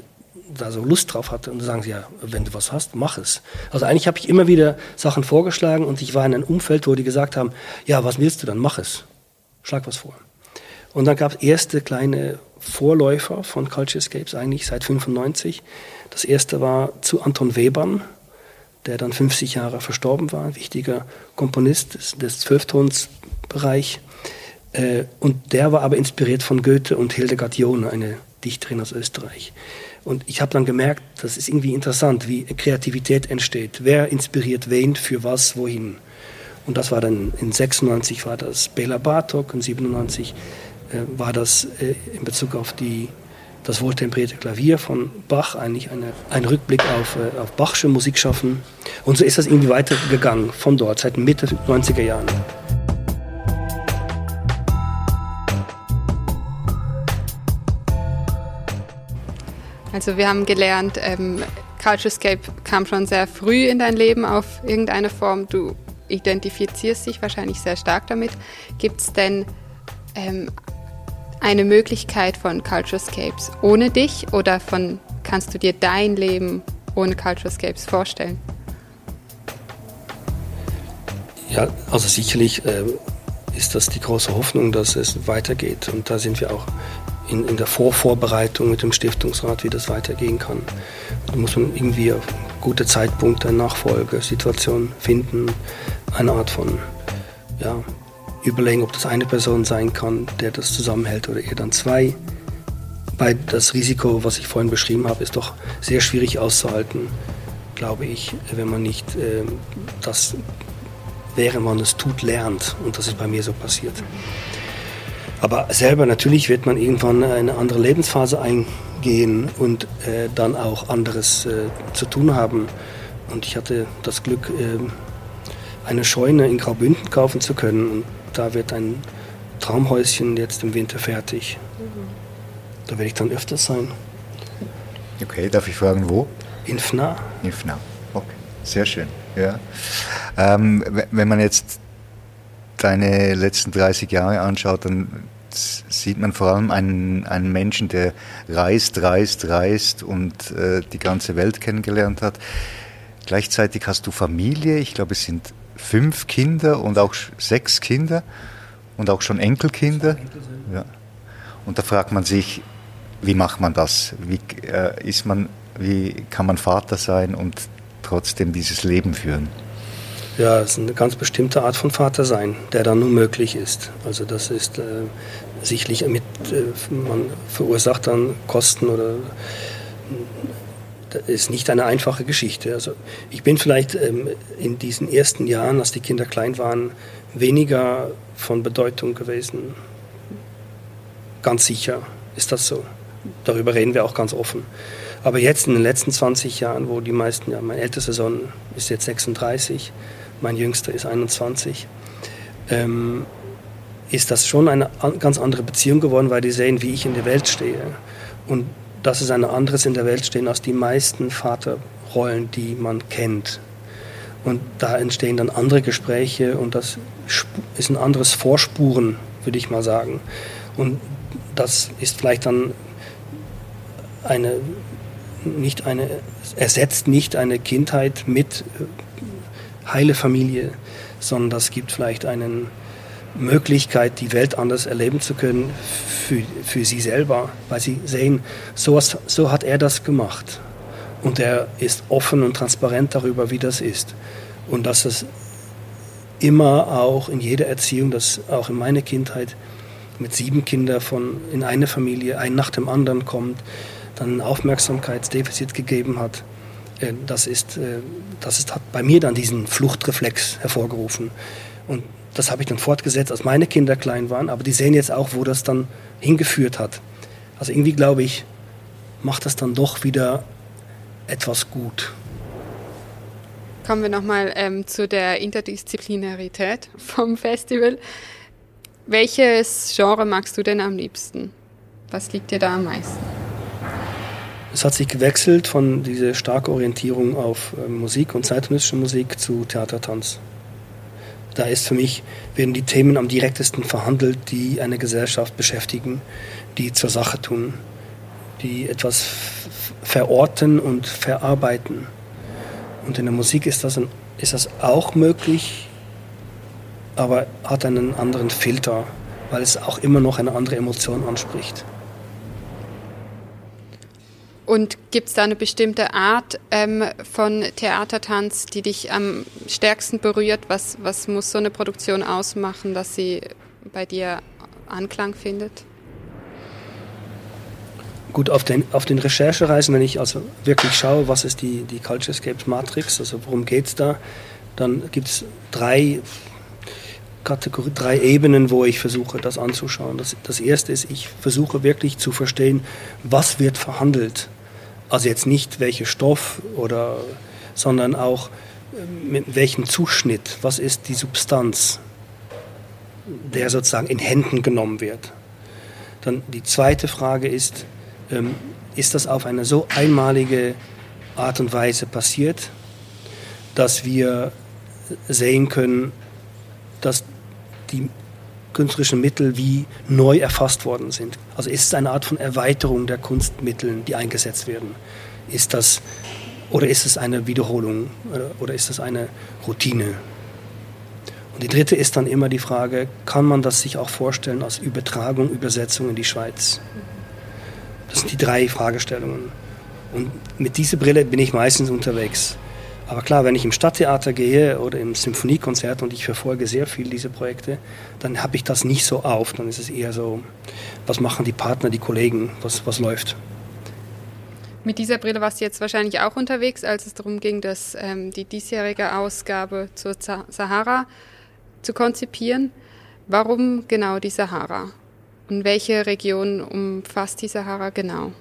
S3: da so Lust drauf hatte. Und dann sagen sie, ja, wenn du was hast, mach es. Also eigentlich habe ich immer wieder Sachen vorgeschlagen und ich war in einem Umfeld, wo die gesagt haben, ja, was willst du dann, mach es. Schlag was vor. Und dann gab es erste kleine Vorläufer von Culturescapes, eigentlich seit fünfundneunzig. Das erste war zu Anton Webern, der dann fünfzig Jahre verstorben war, ein wichtiger Komponist des, des Zwölftonsbereich. Äh, und der war aber inspiriert von Goethe und Hildegard Johne, eine Dichterin aus Österreich. Und ich habe dann gemerkt, das ist irgendwie interessant, wie Kreativität entsteht. Wer inspiriert wen, für was, wohin. Und das war dann, in sechsundneunzig war das Bela Bartok, und siebenundneunzig äh, war das äh, in Bezug auf die das wohltemperierte Klavier von Bach, eigentlich eine, ein Rückblick auf, äh, auf Bachsche Musikschaffen. Und so ist das irgendwie weitergegangen von dort, seit Mitte neunziger Jahren.
S1: Also wir haben gelernt, ähm, Culturescape kam schon sehr früh in dein Leben auf irgendeine Form. Du identifizierst dich wahrscheinlich sehr stark damit. Gibt es denn ähm, eine Möglichkeit von Culturescapes ohne dich oder von, kannst du dir dein Leben ohne Culturescapes vorstellen?
S3: Ja, also sicherlich äh, ist das die große Hoffnung, dass es weitergeht. Und da sind wir auch in, in der Vorvorbereitung mit dem Stiftungsrat, wie das weitergehen kann. Da muss man irgendwie auf gute Zeitpunkte, Nachfolgesituationen finden, eine Art von, ja, überlegen, ob das eine Person sein kann, der das zusammenhält oder eher dann zwei. Weil das Risiko, was ich vorhin beschrieben habe, ist doch sehr schwierig auszuhalten, glaube ich, wenn man nicht äh, das, während man es tut, lernt. Und das ist bei mir so passiert. Aber selber natürlich wird man irgendwann eine andere Lebensphase eingehen und äh, dann auch anderes äh, zu tun haben. Und ich hatte das Glück, äh, eine Scheune in Graubünden kaufen zu können. Und da wird ein Traumhäuschen jetzt im Winter fertig. Mhm. Da werde ich dann öfters sein.
S2: Okay, darf ich fragen, wo?
S3: In Fna.
S2: In Fna, okay, sehr schön. Ja. Ähm, wenn man jetzt deine letzten dreißig Jahre anschaut, dann sieht man vor allem einen, einen Menschen, der reist, reist, reist und äh, die ganze Welt kennengelernt hat. Gleichzeitig hast du Familie, ich glaube es sind fünf Kinder und auch sechs Kinder und auch schon Enkelkinder. Ja. Und da fragt man sich, wie macht man das? Wie, äh, ist man, wie kann man Vater sein und trotzdem dieses Leben führen?
S3: Ja, es ist eine ganz bestimmte Art von Vater sein, der dann nur möglich ist. Also das ist äh, sicherlich mit, äh, man verursacht dann Kosten oder das ist nicht eine einfache Geschichte. Also ich bin vielleicht ähm, in diesen ersten Jahren, als die Kinder klein waren, weniger von Bedeutung gewesen. Ganz sicher ist das so. Darüber reden wir auch ganz offen. Aber jetzt in den letzten zwanzig Jahren, wo die meisten, ja, mein ältester Sohn ist jetzt sechsunddreißig, mein jüngster ist einundzwanzig, ähm, ist das schon eine ganz andere Beziehung geworden, weil die sehen, wie ich in der Welt stehe. Und das ist ein anderes in der Welt stehen als die meisten Vaterrollen, die man kennt. Und da entstehen dann andere Gespräche und das ist ein anderes Vorspuren, würde ich mal sagen. Und das ist vielleicht dann eine, nicht eine, ersetzt nicht eine Kindheit mit heile Familie, sondern das gibt vielleicht eine Möglichkeit, die Welt anders erleben zu können für, für sie selber, weil sie sehen, so, so hat er das gemacht. Und er ist offen und transparent darüber, wie das ist. Und dass es immer auch in jeder Erziehung, dass auch in meiner Kindheit mit sieben Kindern von in eine Familie, ein nach dem anderen kommt, dann ein Aufmerksamkeitsdefizit gegeben hat. Das ist, das ist, hat bei mir dann diesen Fluchtreflex hervorgerufen. Und das habe ich dann fortgesetzt, als meine Kinder klein waren. Aber die sehen jetzt auch, wo das dann hingeführt hat. Also irgendwie glaube ich, macht das dann doch wieder etwas gut.
S1: Kommen wir nochmal ähm, zu der Interdisziplinarität vom Festival. Welches Genre magst du denn am liebsten? Was liegt dir da am meisten?
S3: Es hat sich gewechselt von dieser starken Orientierung auf äh, Musik und zeitgenössische Musik zu Theatertanz. Da ist für mich, werden die Themen am direktesten verhandelt, die eine Gesellschaft beschäftigen, die zur Sache tun, die etwas verorten und verarbeiten. Und in der Musik ist das, ein, ist das auch möglich, aber hat einen anderen Filter, weil es auch immer noch eine andere Emotion anspricht.
S1: Und gibt es da eine bestimmte Art ähm, von Theatertanz, die dich am stärksten berührt? Was, was muss so eine Produktion ausmachen, dass sie bei dir Anklang findet?
S3: Gut, auf den, auf den Recherchereisen, wenn ich also wirklich schaue, was ist die, die Culturescapes Matrix, also worum geht es da, dann gibt es drei, Kategorie, drei Ebenen, wo ich versuche, das anzuschauen. Das, das erste ist, ich versuche wirklich zu verstehen, was wird verhandelt. Also jetzt nicht welcher Stoff, oder, sondern auch mit welchem Zuschnitt, was ist die Substanz, der sozusagen in Händen genommen wird. Dann die zweite Frage ist, ähm, ist das auf eine so einmalige Art und Weise passiert, dass wir sehen können, dass die künstlerischen Mittel wie neu erfasst worden sind. Also ist es eine Art von Erweiterung der Kunstmittel, die eingesetzt werden? Ist das, oder ist es eine Wiederholung, oder, oder ist es eine Routine? Und die dritte ist dann immer die Frage, kann man das sich auch vorstellen als Übertragung, Übersetzung in die Schweiz? Das sind die drei Fragestellungen. Und mit dieser Brille bin ich meistens unterwegs. Aber klar, wenn ich im Stadttheater gehe oder im Symphoniekonzert und ich verfolge sehr viel diese Projekte, dann habe ich das nicht so auf. Dann ist es eher so, was machen die Partner, die Kollegen, was, was läuft.
S1: Mit dieser Brille warst du jetzt wahrscheinlich auch unterwegs, als es darum ging, dass, ähm, die diesjährige Ausgabe zur Sahara zu konzipieren. Warum genau die Sahara? Und welche Region umfasst die Sahara genau?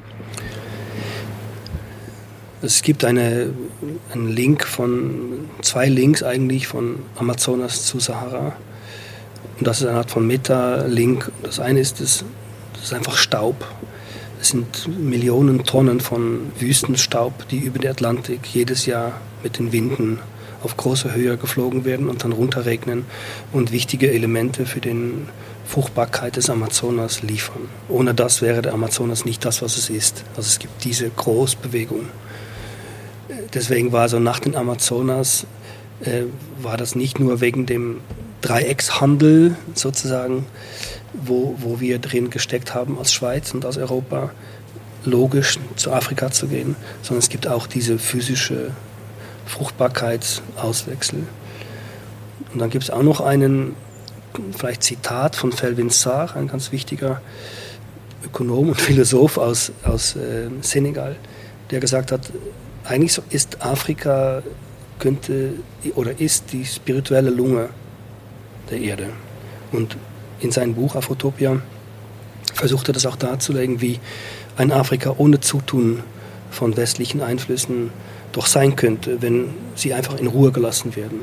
S3: Es gibt eine, einen Link von, zwei Links eigentlich von Amazonas zu Sahara. Und das ist eine Art von Meta-Link. Das eine ist, das, das ist einfach Staub. Es sind Millionen Tonnen von Wüstenstaub, die über den Atlantik jedes Jahr mit den Winden auf großer Höhe geflogen werden und dann runterregnen und wichtige Elemente für die Fruchtbarkeit des Amazonas liefern. Ohne das wäre der Amazonas nicht das, was es ist. Also es gibt diese Großbewegung. Deswegen war so nach den Amazonas, äh, war das nicht nur wegen dem Dreieckshandel sozusagen, wo, wo wir drin gesteckt haben als Schweiz und als Europa, logisch zu Afrika zu gehen, sondern es gibt auch diese physische Fruchtbarkeitsauswechsel. Und dann gibt es auch noch einen, vielleicht Zitat von Felwine Sarr, ein ganz wichtiger Ökonom und Philosoph aus, aus äh, Senegal, der gesagt hat, eigentlich ist Afrika, könnte oder ist die spirituelle Lunge der Erde. Und in seinem Buch Afrotopia versucht er das auch darzulegen, wie ein Afrika ohne Zutun von westlichen Einflüssen doch sein könnte, wenn sie einfach in Ruhe gelassen werden.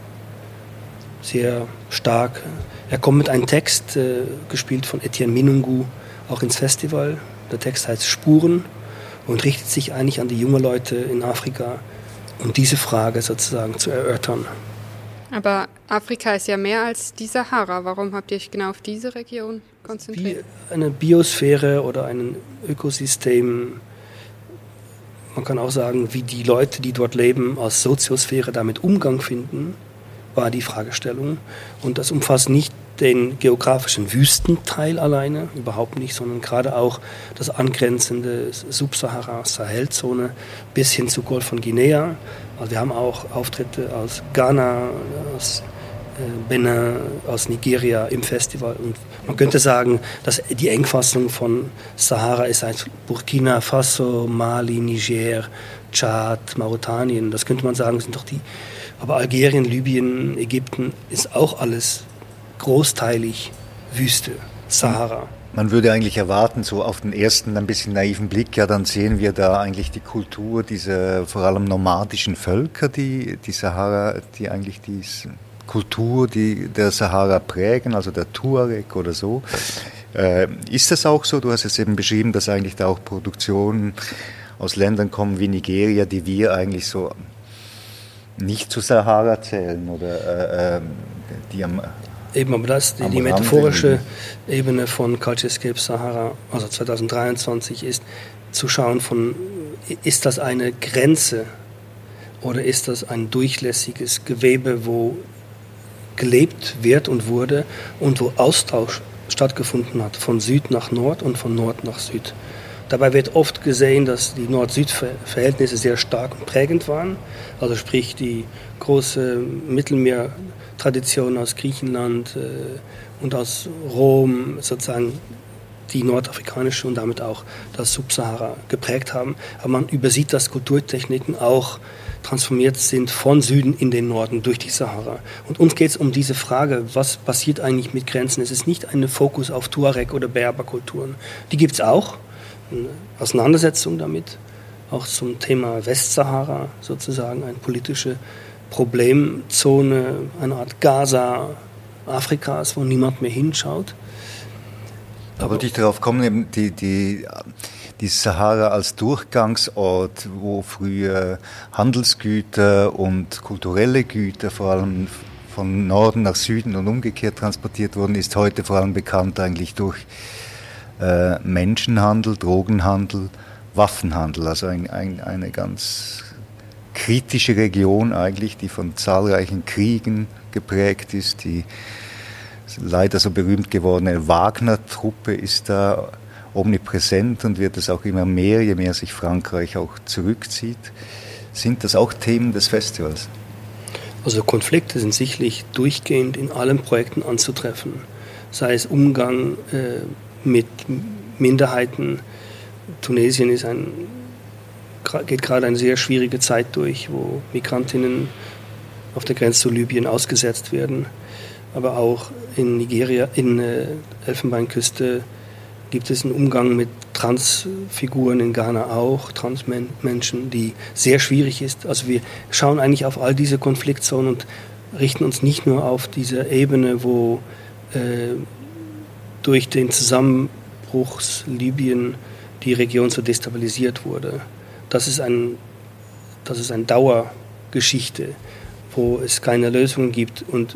S3: Sehr stark. Er kommt mit einem Text, äh, gespielt von Etienne Minungu, auch ins Festival. Der Text heißt Spuren und richtet sich eigentlich an die jungen Leute in Afrika, um diese Frage sozusagen zu erörtern.
S1: Aber Afrika ist ja mehr als die Sahara. Warum habt ihr euch genau auf diese Region konzentriert?
S3: Wie eine Biosphäre oder ein Ökosystem, man kann auch sagen, wie die Leute, die dort leben, als Soziosphäre damit Umgang finden, war die Fragestellung. Und das umfasst nicht den geografischen Wüstenteil alleine, überhaupt nicht, sondern gerade auch das angrenzende Subsahara-Sahelzone bis hin zu Golf von Guinea. Also wir haben auch Auftritte aus Ghana, aus äh, Benin, aus Nigeria im Festival. Und man könnte sagen, dass die Engfassung von Sahara ist als Burkina Faso, Mali, Niger, Tschad, Mauretanien. Das könnte man sagen, sind doch die. Aber Algerien, Libyen, Ägypten ist auch alles großteilig Wüste, Sahara.
S2: Man würde eigentlich erwarten, so auf den ersten ein bisschen naiven Blick, ja, dann sehen wir da eigentlich die Kultur dieser vor allem nomadischen Völker, die die Sahara, die eigentlich die Kultur die der Sahara prägen, also der Tuareg oder so. Äh, ist das auch so? Du hast es eben beschrieben, dass eigentlich da auch Produktionen aus Ländern kommen wie Nigeria, die wir eigentlich so nicht zu Sahara zählen oder äh, die am
S3: Eben, aber das, die, die metaphorische Ebene von Culturescape Sahara, also zwanzig dreiundzwanzig, ist zu schauen von, ist das eine Grenze oder ist das ein durchlässiges Gewebe, wo gelebt wird und wurde und wo Austausch stattgefunden hat, von Süd nach Nord und von Nord nach Süd. Dabei wird oft gesehen, dass die Nord-Süd-Verhältnisse sehr stark und prägend waren, also sprich die große Mittelmeertradition aus Griechenland äh, und aus Rom sozusagen die nordafrikanische und damit auch das Subsahara geprägt haben. Aber man übersieht, dass Kulturtechniken auch transformiert sind von Süden in den Norden durch die Sahara. Und uns geht es um diese Frage, was passiert eigentlich mit Grenzen? Es ist nicht ein Fokus auf Tuareg- oder Berberkulturen. Die gibt es auch, eine Auseinandersetzung damit, auch zum Thema Westsahara sozusagen, eine politische Problemzone, eine Art Gaza Afrikas, wo niemand mehr hinschaut.
S2: Da wollte ich darauf kommen, eben die, die, die Sahara als Durchgangsort, wo früher Handelsgüter und kulturelle Güter vor allem von Norden nach Süden und umgekehrt transportiert wurden, ist heute vor allem bekannt eigentlich durch äh, Menschenhandel, Drogenhandel, Waffenhandel. Also ein, ein, eine ganz kritische Region eigentlich, die von zahlreichen Kriegen geprägt ist, die leider so berühmt gewordene Wagner-Truppe ist da omnipräsent und wird es auch immer mehr, je mehr sich Frankreich auch zurückzieht. Sind das auch Themen des Festivals?
S3: Also Konflikte sind sicherlich durchgehend in allen Projekten anzutreffen. Sei es Umgang äh, mit Minderheiten. Tunesien ist ein, geht gerade eine sehr schwierige Zeit durch, wo Migrantinnen auf der Grenze zu Libyen ausgesetzt werden. Aber auch in Nigeria, in äh, Elfenbeinküste gibt es einen Umgang mit Transfiguren, in Ghana auch, Transmenschen, die sehr schwierig ist. Also wir schauen eigentlich auf all diese Konfliktzonen und richten uns nicht nur auf diese Ebene, wo äh, durch den Zusammenbruch Libyen die Region so destabilisiert wurde. Das ist ein, das ist eine Dauergeschichte, wo es keine Lösungen gibt. Und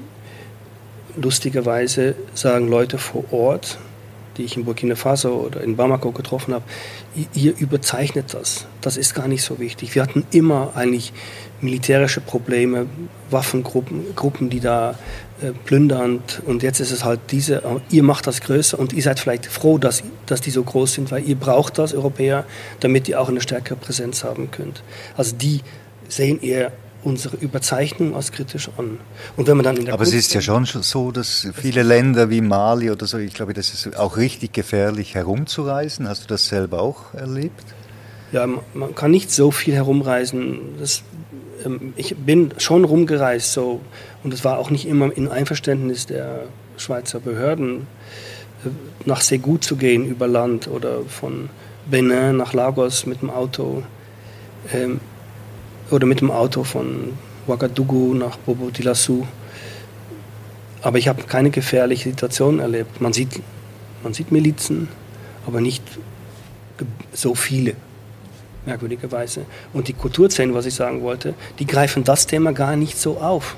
S3: lustigerweise sagen Leute vor Ort, die ich in Burkina Faso oder in Bamako getroffen habe, ihr überzeichnet das. Das ist gar nicht so wichtig. Wir hatten immer eigentlich militärische Probleme, Waffengruppen, Gruppen, die da äh, plündernd, und jetzt ist es halt diese, ihr macht das größer und ihr seid vielleicht froh, dass, dass die so groß sind, weil ihr braucht das, Europäer, damit ihr auch eine stärkere Präsenz haben könnt. Also die sehen eher unsere Überzeichnung als kritisch an. Und wenn man dann in der
S2: Aber Kunst es ist ja schon so, dass viele Länder wie Mali oder so, ich glaube, das ist auch richtig gefährlich herumzureisen. Hast du das selber auch erlebt?
S3: Ja, man kann nicht so viel herumreisen. Das, ähm, ich bin schon rumgereist, so, und es war auch nicht immer in Einverständnis der Schweizer Behörden, äh, nach Ségou zu gehen über Land oder von Benin nach Lagos mit dem Auto. Ähm, oder mit dem Auto von Ouagadougou nach Bobo-Dioulasso. Aber ich habe keine gefährliche Situation erlebt. Man sieht, man sieht Milizen, aber nicht so viele, merkwürdigerweise. Und die Kulturszenen, was ich sagen wollte, die greifen das Thema gar nicht so auf.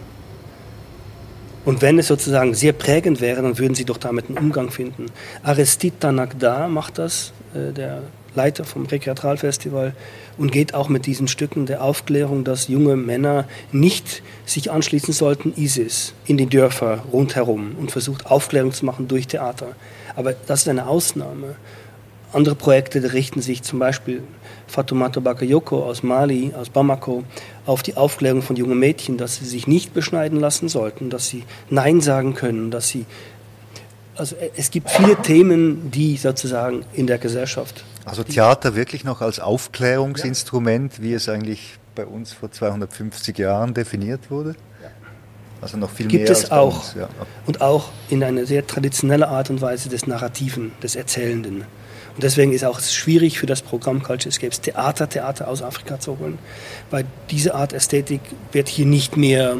S3: Und wenn es sozusagen sehr prägend wäre, dann würden sie doch damit einen Umgang finden. Aristide Tanagda macht das, äh, der Leiter vom Rekreatralfestival, und geht auch mit diesen Stücken der Aufklärung, dass junge Männer nicht sich anschließen sollten ISIS in die Dörfer rundherum, und versucht Aufklärung zu machen durch Theater. Aber das ist eine Ausnahme. Andere Projekte richten sich, zum Beispiel Fatoumata Bakayoko aus Mali, aus Bamako, auf die Aufklärung von jungen Mädchen, dass sie sich nicht beschneiden lassen sollten, dass sie Nein sagen können, dass sie... Also es gibt viele Themen, die sozusagen in der Gesellschaft...
S2: Also Theater wirklich noch als Aufklärungsinstrument, wie es eigentlich bei uns vor zweihundertfünfzig Jahren definiert wurde? Also noch viel
S3: gibt
S2: mehr
S3: es
S2: als bei
S3: auch.
S2: uns. Ja.
S3: Und auch in einer sehr traditionellen Art und Weise des Narrativen, des Erzählenden. Und deswegen ist auch es schwierig für das Programm Culturescapes Theater, Theater aus Afrika zu holen, weil diese Art Ästhetik wird hier nicht mehr...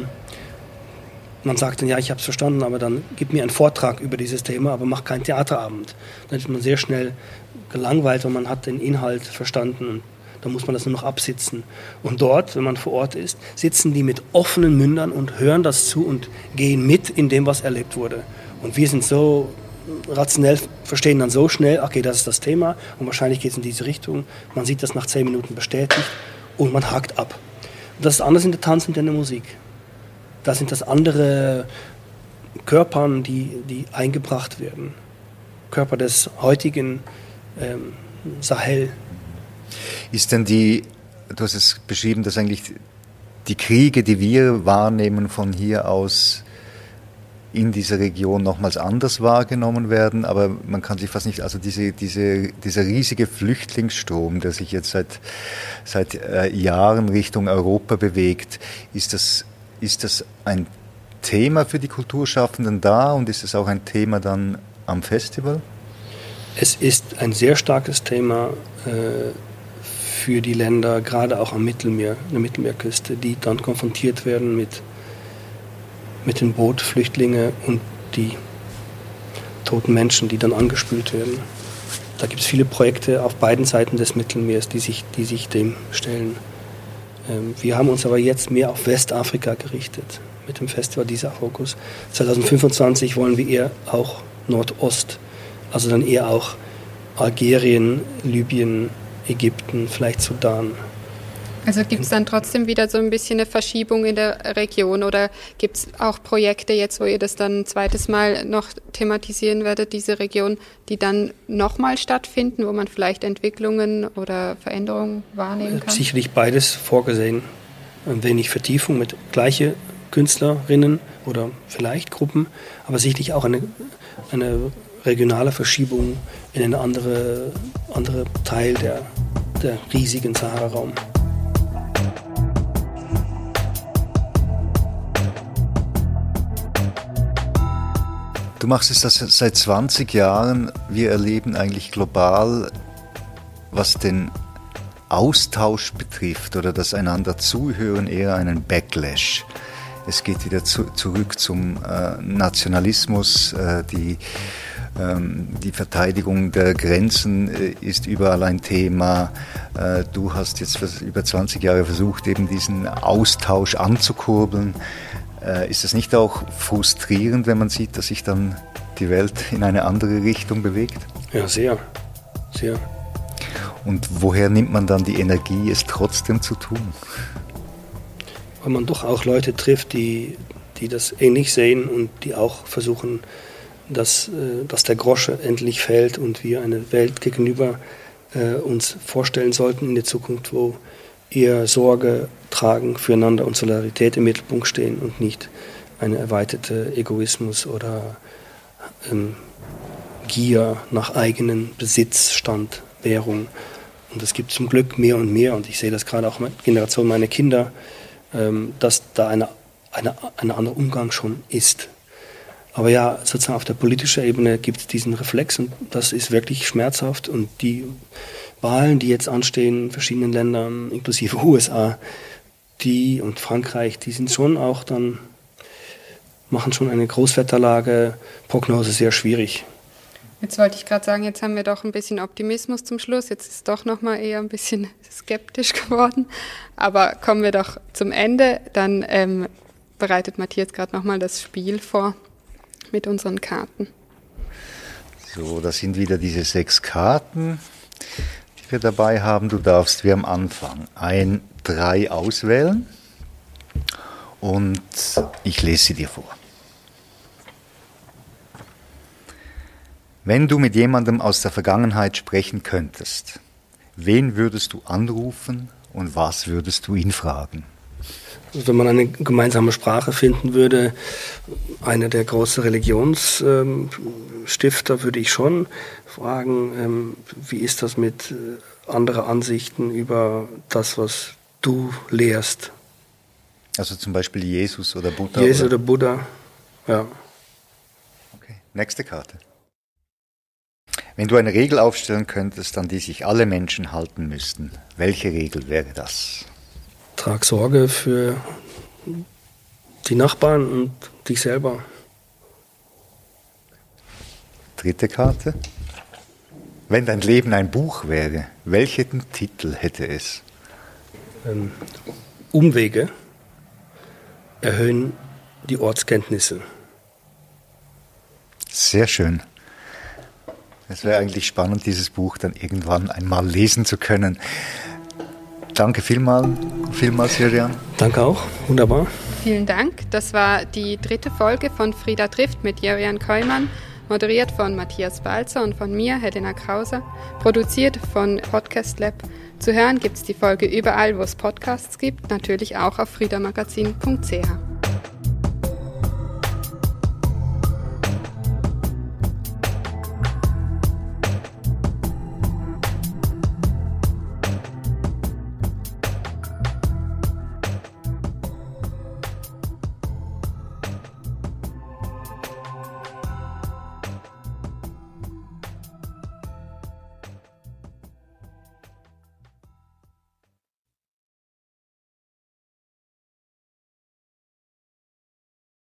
S3: Man sagt dann, ja, ich habe es verstanden, aber dann gib mir einen Vortrag über dieses Thema, aber mach keinen Theaterabend. Dann ist man sehr schnell gelangweilt und man hat den Inhalt verstanden. Und Da muss man das nur noch absitzen. Und dort, wenn man vor Ort ist, sitzen die mit offenen Mündern und hören das zu und gehen mit in dem, was erlebt wurde. Und wir sind so rationell, verstehen dann so schnell, okay, das ist das Thema und wahrscheinlich geht es in diese Richtung. Man sieht das nach zehn Minuten bestätigt und man hakt ab. Und das ist anders in der Tanz und in der Musik. Da sind das andere Körpern, die, die eingebracht werden. Körper des heutigen ähm, Sahel.
S2: Ist denn die, du hast es beschrieben, dass eigentlich die Kriege, die wir wahrnehmen, von hier aus in dieser Region nochmals anders wahrgenommen werden, aber man kann sich fast nicht, also diese, diese, dieser riesige Flüchtlingsstrom, der sich jetzt seit, seit äh, Jahren Richtung Europa bewegt, ist das, ist das ein Thema für die Kulturschaffenden da und ist es auch ein Thema dann am Festival?
S3: Es ist ein sehr starkes Thema äh, für die Länder, gerade auch am Mittelmeer, der Mittelmeerküste, die dann konfrontiert werden mit, mit den Bootflüchtlingen und die toten Menschen, die dann angespült werden. Da gibt es viele Projekte auf beiden Seiten des Mittelmeers, die sich, die sich dem stellen. Ähm, wir haben uns aber jetzt mehr auf Westafrika gerichtet mit dem Festival dieser Fokus. zwanzig fünfundzwanzig wollen wir eher auch Nordost, also dann eher auch Algerien, Libyen, Ägypten, vielleicht Sudan.
S1: Also gibt es dann trotzdem wieder so ein bisschen eine Verschiebung in der Region oder gibt es auch Projekte jetzt, wo ihr das dann ein zweites Mal noch thematisieren werdet, diese Region, die dann nochmal stattfinden, wo man vielleicht Entwicklungen oder Veränderungen wahrnehmen kann?
S3: Sicherlich beides vorgesehen. Ein wenig Vertiefung mit gleiche Künstlerinnen oder vielleicht Gruppen, aber sicherlich auch eine, eine regionale Verschiebung in einen anderen andere Teil der, der riesigen Sahara-Raum.
S2: Du machst es das seit zwanzig Jahren. Wir erleben eigentlich global, was den Austausch betrifft oder das einander zuhören, eher einen Backlash. Es geht wieder zu, zurück zum äh, Nationalismus. Äh, die, ähm, die Verteidigung der Grenzen äh, ist überall ein Thema. Äh, du hast jetzt für über zwanzig Jahre versucht, eben diesen Austausch anzukurbeln. Äh, ist es nicht auch frustrierend, wenn man sieht, dass sich dann die Welt in eine andere Richtung bewegt?
S3: Ja, sehr. Sehr.
S2: Und woher nimmt man dann die Energie, es trotzdem zu tun?
S3: Weil man doch auch Leute trifft, die, die das ähnlich sehen und die auch versuchen, dass, dass der Groschen endlich fällt und wir eine Welt gegenüber äh, uns vorstellen sollten in der Zukunft, wo eher Sorge tragen füreinander und Solidarität im Mittelpunkt stehen und nicht eine erweiterte Egoismus oder ähm, Gier nach eigenen Besitzstand, Währung. Und es gibt zum Glück mehr und mehr, und ich sehe das gerade auch mit der Generation meiner Kinder, ähm, dass da eine, eine, ein anderer Umgang schon ist. Aber ja, sozusagen auf der politischen Ebene gibt es diesen Reflex und das ist wirklich schmerzhaft. Und die Wahlen, die jetzt anstehen in verschiedenen Ländern, inklusive U S A, die und Frankreich, die sind schon auch dann, machen schon eine Großwetterlage, Prognose sehr schwierig.
S1: Jetzt wollte ich gerade sagen, jetzt haben wir doch ein bisschen Optimismus zum Schluss. Jetzt ist es doch nochmal eher ein bisschen skeptisch geworden. Aber kommen wir doch zum Ende. Dann ähm, bereitet Matthias gerade nochmal das Spiel vor mit unseren Karten.
S2: So, das sind wieder diese sechs Karten, die wir dabei haben. Du darfst wie am Anfang ein, drei auswählen und ich lese sie dir vor. Wenn du mit jemandem aus der Vergangenheit sprechen könntest, wen würdest du anrufen und was würdest du ihn fragen?
S3: Also wenn man eine gemeinsame Sprache finden würde, einer der großen Religionsstifter, würde ich schon fragen, wie ist das mit anderen Ansichten über das, was du lehrst?
S2: Also zum Beispiel Jesus oder Buddha?
S3: Jesus oder, oder Buddha, ja.
S2: Okay, nächste Karte. Wenn du eine Regel aufstellen könntest, an die sich alle Menschen halten müssten, welche Regel wäre das?
S3: Trag Sorge für die Nachbarn und dich selber.
S2: Dritte Karte. Wenn dein Leben ein Buch wäre, welchen Titel hätte es?
S3: Ähm, Umwege erhöhen die Ortskenntnisse.
S2: Sehr schön. Es wäre eigentlich spannend, dieses Buch dann irgendwann einmal lesen zu können. Danke vielmals, vielmals Jerian.
S3: Danke auch, wunderbar.
S1: Vielen Dank. Das war die dritte Folge von Frieda trifft mit Jerian Keumann, moderiert von Matthias Balzer und von mir, Helena Krauser, produziert von Podcast Lab. Zu hören gibt es die Folge überall, wo es Podcasts gibt, natürlich auch auf friedamagazin punkt c h.